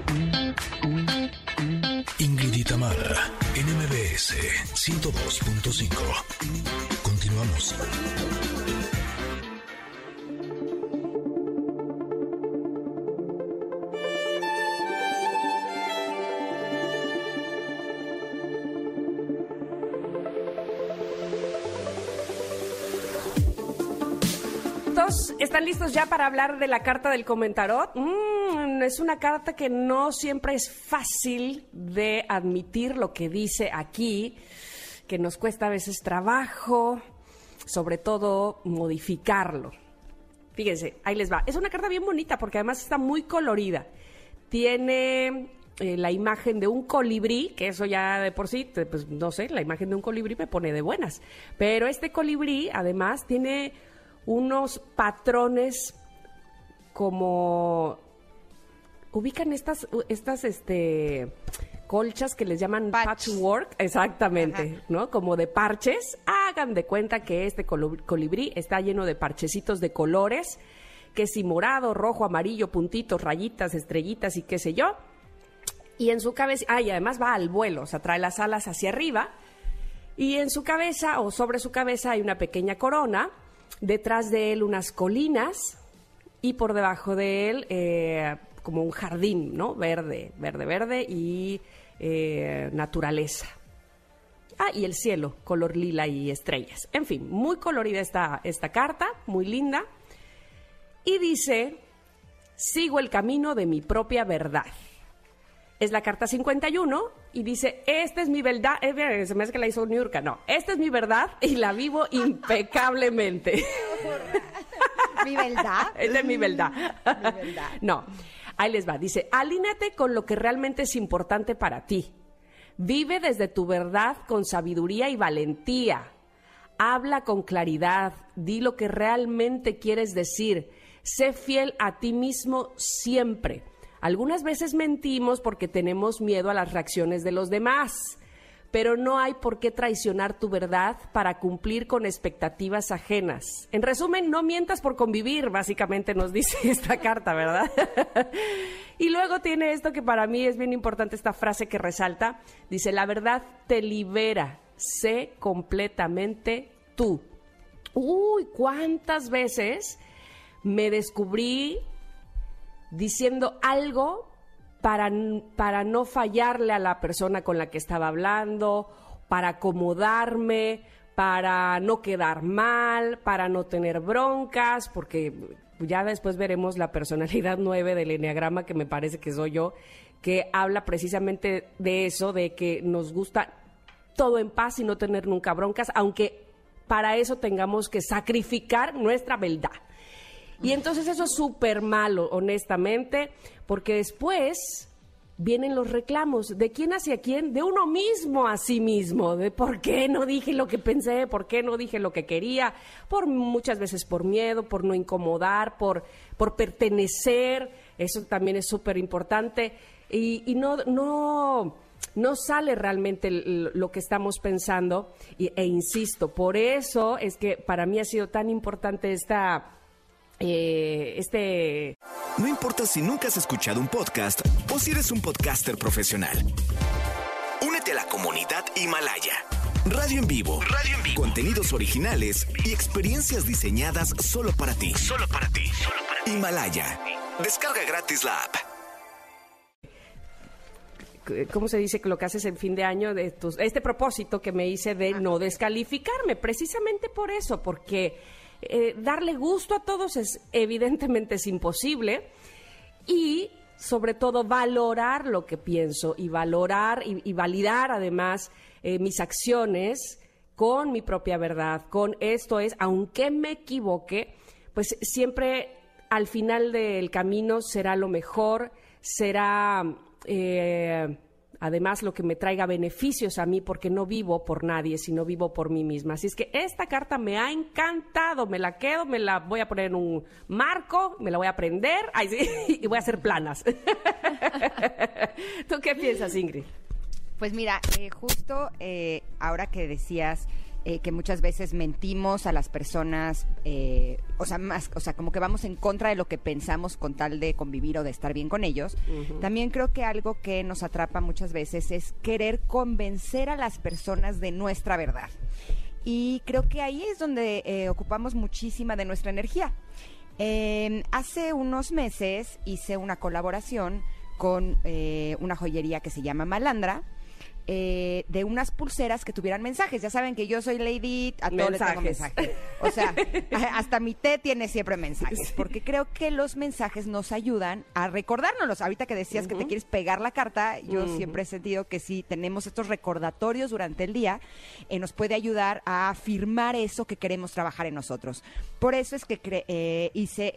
Ingrid y Tamara, NMBS 102.5. Continuamos. ¿Están listos ya para hablar de la carta del comentarot? Es una carta que no siempre es fácil de admitir lo que dice aquí, que nos cuesta a veces trabajo, sobre todo modificarlo. Fíjense, ahí les va. Es una carta bien bonita porque además está muy colorida. Tiene la imagen de un colibrí, que eso ya de por sí, pues no sé, la imagen de un colibrí me pone de buenas. Pero este colibrí además tiene unos patrones como... ¿Ubican estas colchas que les llaman patchwork? Exactamente, ajá, ¿no? Como de parches. Hagan de cuenta que este colibrí está lleno de parchecitos de colores, que si morado, rojo, amarillo, puntitos, rayitas, estrellitas y qué sé yo. Y en su cabeza... y además va al vuelo, o sea, trae las alas hacia arriba. Y en su cabeza, o sobre su cabeza, hay una pequeña corona. Detrás de él unas colinas y por debajo de él como un jardín, ¿no? Verde y naturaleza. Y el cielo, color lila y estrellas. En fin, muy colorida esta carta, muy linda. Y dice, sigo el camino de mi propia verdad. Es la carta 51 y dice, esta es mi verdad. Se me hace que la hizo Niurka. No, esta es mi verdad y la vivo impecablemente. ¿Mi verdad? Esta es mi verdad. Mi verdad. No, ahí les va. Dice, alíñate con lo que realmente es importante para ti. Vive desde tu verdad con sabiduría y valentía. Habla con claridad. Di lo que realmente quieres decir. Sé fiel a ti mismo siempre. Algunas veces mentimos porque tenemos miedo a las reacciones de los demás, pero no hay por qué traicionar tu verdad para cumplir con expectativas ajenas. En resumen, no mientas por convivir, básicamente nos dice esta carta, ¿verdad? Y luego tiene esto que para mí es bien importante, esta frase que resalta, dice, la verdad te libera, sé completamente tú. ¿Cuántas veces me descubrí diciendo algo para no fallarle a la persona con la que estaba hablando, para acomodarme, para no quedar mal, para no tener broncas, porque ya después veremos la personalidad 9 del eneagrama, que me parece que soy yo, que habla precisamente de eso, de que nos gusta todo en paz y no tener nunca broncas, aunque para eso tengamos que sacrificar nuestra verdad. Y entonces eso es súper malo, honestamente, porque después vienen los reclamos. ¿De quién hacia quién? De uno mismo a sí mismo. De por qué no dije lo que pensé, por qué no dije lo que quería. Muchas veces por miedo, por no incomodar, por pertenecer. Eso también es súper importante. Y no sale realmente lo que estamos pensando. E insisto, por eso es que para mí ha sido tan importante No importa si nunca has escuchado un podcast o si eres un podcaster profesional. Únete a la comunidad Himalaya. Radio en vivo. Contenidos originales y experiencias diseñadas solo para ti. Himalaya. Descarga gratis la app. ¿Cómo se dice que lo que haces en fin de año? Este propósito que me hice de no descalificarme, precisamente por eso, porque darle gusto a todos evidentemente es imposible, y sobre todo valorar lo que pienso y valorar y validar además mis acciones con mi propia verdad, con esto es, aunque me equivoque, pues siempre al final del camino será lo mejor, será además lo que me traiga beneficios a mí, porque no vivo por nadie, sino vivo por mí misma. Así es que esta carta me ha encantado, me la quedo, me la voy a poner en un marco, me la voy a prender y voy a hacer planas. ¿Tú qué piensas, Ingrid? Pues mira, justo ahora que decías que muchas veces mentimos a las personas, como que vamos en contra de lo que pensamos con tal de convivir o de estar bien con ellos. También creo que algo que nos atrapa muchas veces es querer convencer a las personas de nuestra verdad. Y creo que ahí es donde ocupamos muchísima de nuestra energía. Hace unos meses hice una colaboración con una joyería que se llama Malandra, de unas pulseras que tuvieran mensajes. Ya saben que yo soy Lady, a todos les tengo mensajes. O sea, hasta mi té tiene siempre mensajes, porque creo que los mensajes nos ayudan a recordárnoslos. Ahorita que decías que te quieres pegar la carta, yo siempre he sentido que si tenemos estos recordatorios durante el día, nos puede ayudar a afirmar eso que queremos trabajar en nosotros. Por eso es que hice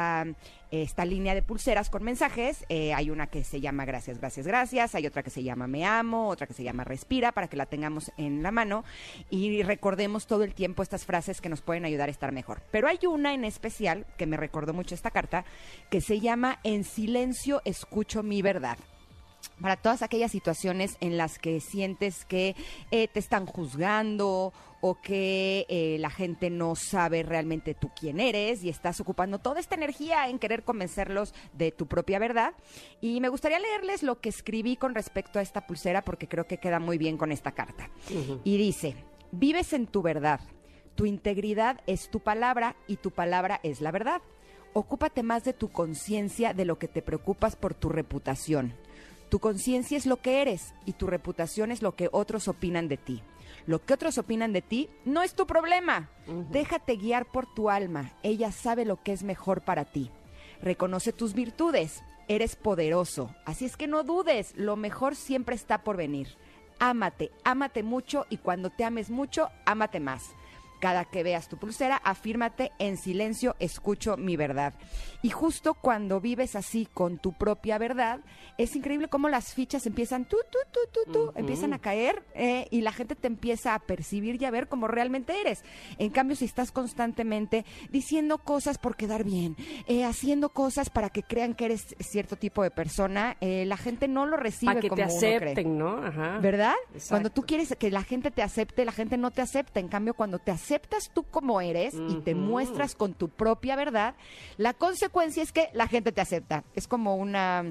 esta línea de pulseras con mensajes. Hay una que se llama Gracias, Gracias, Gracias. Hay otra que se llama Me Amo, otra que se llama Respira, para que la tengamos en la mano y recordemos todo el tiempo estas frases que nos pueden ayudar a estar mejor. Pero hay una en especial que me recordó mucho esta carta, que se llama En silencio escucho mi verdad. Para todas aquellas situaciones en las que sientes que te están juzgando o que la gente no sabe realmente tú quién eres y estás ocupando toda esta energía en querer convencerlos de tu propia verdad. Y me gustaría leerles lo que escribí con respecto a esta pulsera, porque creo que queda muy bien con esta carta. Y dice: vives en tu verdad, tu integridad es tu palabra y tu palabra es la verdad. Ocúpate más de tu conciencia de lo que te preocupas por tu reputación. Tu conciencia es lo que eres y tu reputación es lo que otros opinan de ti. Lo que otros opinan de ti no es tu problema. Déjate guiar por tu alma. Ella sabe lo que es mejor para ti. Reconoce tus virtudes. Eres poderoso. Así es que no dudes. Lo mejor siempre está por venir. Ámate, ámate mucho, y cuando te ames mucho, ámate más. Cada que veas tu pulsera, afírmate: en silencio escucho mi verdad. Y justo cuando vives así con tu propia verdad, es increíble cómo las fichas empiezan empiezan a caer, y la gente te empieza a percibir y a ver cómo realmente eres. En cambio, si estás constantemente diciendo cosas por quedar bien, haciendo cosas para que crean que eres cierto tipo de persona, la gente no lo recibe para que como te uno acepten, cree. ¿no? Ajá. ¿Verdad? Exacto. Cuando tú quieres que la gente te acepte, la gente no te acepta. En cambio, cuando te aceptas tú como eres y te muestras con tu propia verdad, la consecuencia es que la gente te acepta. Es como una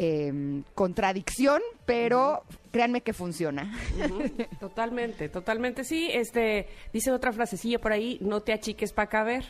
contradicción, pero créanme que funciona. Totalmente, totalmente. Sí, dice otra frasecilla por ahí: no te achiques para caber.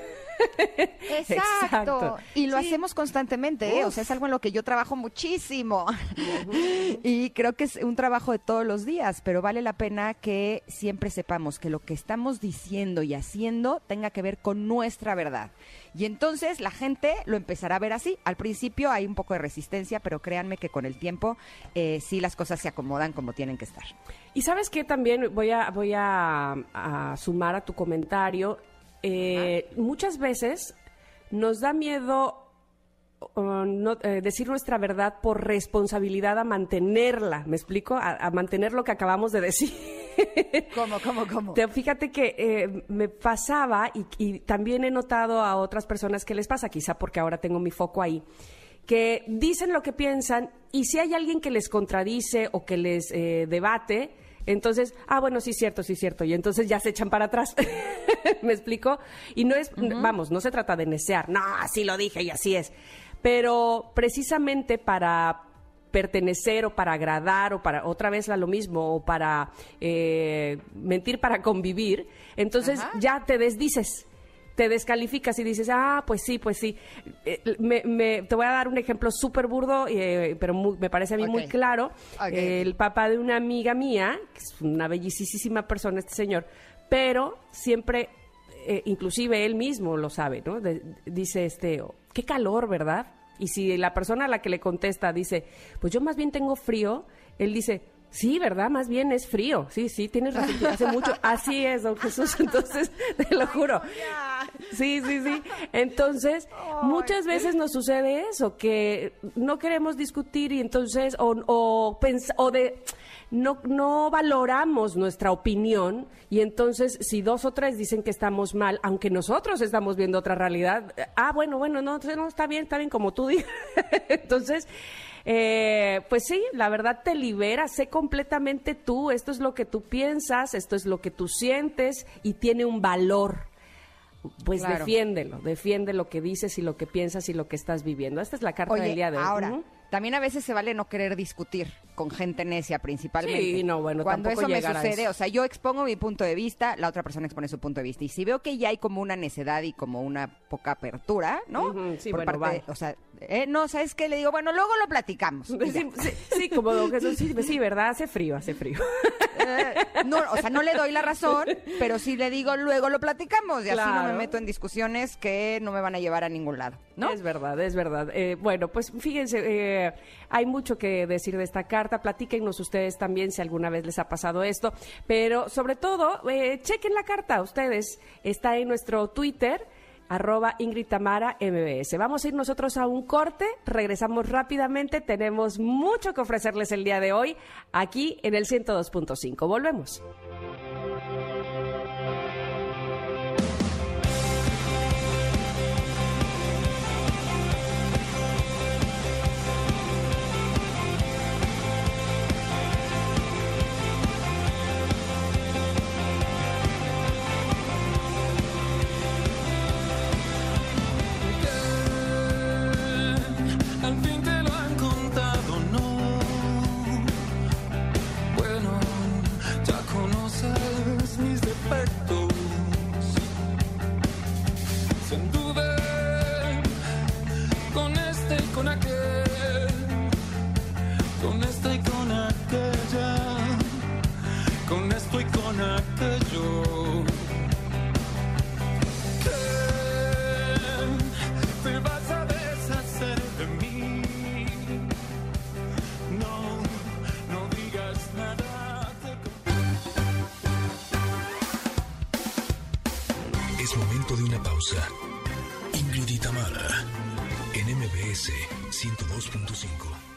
Exacto. Y lo hacemos constantemente, o sea, es algo en lo que yo trabajo muchísimo. Y creo que es un trabajo de todos los días, pero vale la pena que siempre sepamos que lo que estamos diciendo y haciendo tenga que ver con nuestra verdad. Y entonces la gente lo empezará a ver así. Al principio hay un poco de resistencia, pero créanme que con el tiempo sí las cosas se acomodan como tienen que estar. Y ¿sabes qué? También voy a sumar a tu comentario. Muchas veces nos da miedo decir nuestra verdad por responsabilidad a mantenerla. ¿Me explico? A mantener lo que acabamos de decir. ¿Cómo? Fíjate que me pasaba, y también he notado a otras personas que les pasa, quizá porque ahora tengo mi foco ahí, que dicen lo que piensan, y si hay alguien que les contradice o que les debate, entonces, bueno, sí es cierto, y entonces ya se echan para atrás. ¿Me explico? Y no es, vamos, no se trata de necear, no, así lo dije y así es, pero precisamente para pertenecer o para agradar o para otra vez lo mismo, o para mentir para convivir, entonces ya te desdices. Te descalificas y dices, pues sí. Te voy a dar un ejemplo súper burdo, pero me parece a mí muy claro. El papá de una amiga mía, que es una bellísima persona este señor, pero siempre, inclusive él mismo lo sabe, ¿no? Dice, qué calor, ¿verdad? Y si la persona a la que le contesta dice, pues yo más bien tengo frío, él dice, sí, ¿verdad? Más bien es frío. Sí, tienes razón. Hace mucho. Así es, don Jesús. Entonces, te lo juro. Sí. Entonces, muchas veces nos sucede eso, que no queremos discutir y entonces, no valoramos nuestra opinión, y entonces si 2 o 3 dicen que estamos mal, aunque nosotros estamos viendo otra realidad, bueno, no, está bien como tú digas. Entonces, Pues sí, la verdad te libera, sé completamente tú, esto es lo que tú piensas, esto es lo que tú sientes y tiene un valor. Pues Claro. defiende lo que dices y lo que piensas y lo que estás viviendo. Esta es la carta del día de hoy. Ahora, Ujú. también a veces se vale no querer discutir con gente necia principalmente. Sí, no, bueno, cuando tampoco eso me llegar a sucede, eso. o sea, yo expongo mi punto de vista, la otra persona expone su punto de vista. Y si veo que ya hay como una necedad y como una poca apertura, ¿no? Ujú, sí, Por bueno, parte, vale. o sea, no, ¿sabes qué? Le digo, bueno, luego lo platicamos. Y ya. Sí, como don Jesús, sí, ¿verdad? Hace frío. No, o sea, no le doy la razón, pero sí le digo, luego lo platicamos. Y así no me Claro. meto en discusiones que no me van a llevar a ningún lado, ¿no? Es verdad. Bueno, pues fíjense, hay mucho que decir de esta carta. Platíquennos ustedes también si alguna vez les ha pasado esto. Pero sobre todo, chequen la carta ustedes. Está en nuestro Twitter, @IngridTamaraMBS. Vamos a ir nosotros a un corte, regresamos rápidamente. Tenemos mucho que ofrecerles el día de hoy aquí en el 102.5. Volvemos. Al fin te lo han contado, ¿no? Bueno, ya conoces mis defectos. Sin duda, con este y con aquel, con esta y con aquella, con esto y con aquello. Te vas a deshacer de mí. No digas nada. Es momento de una pausa. Ingrid y Tamara, en MBS 102.5.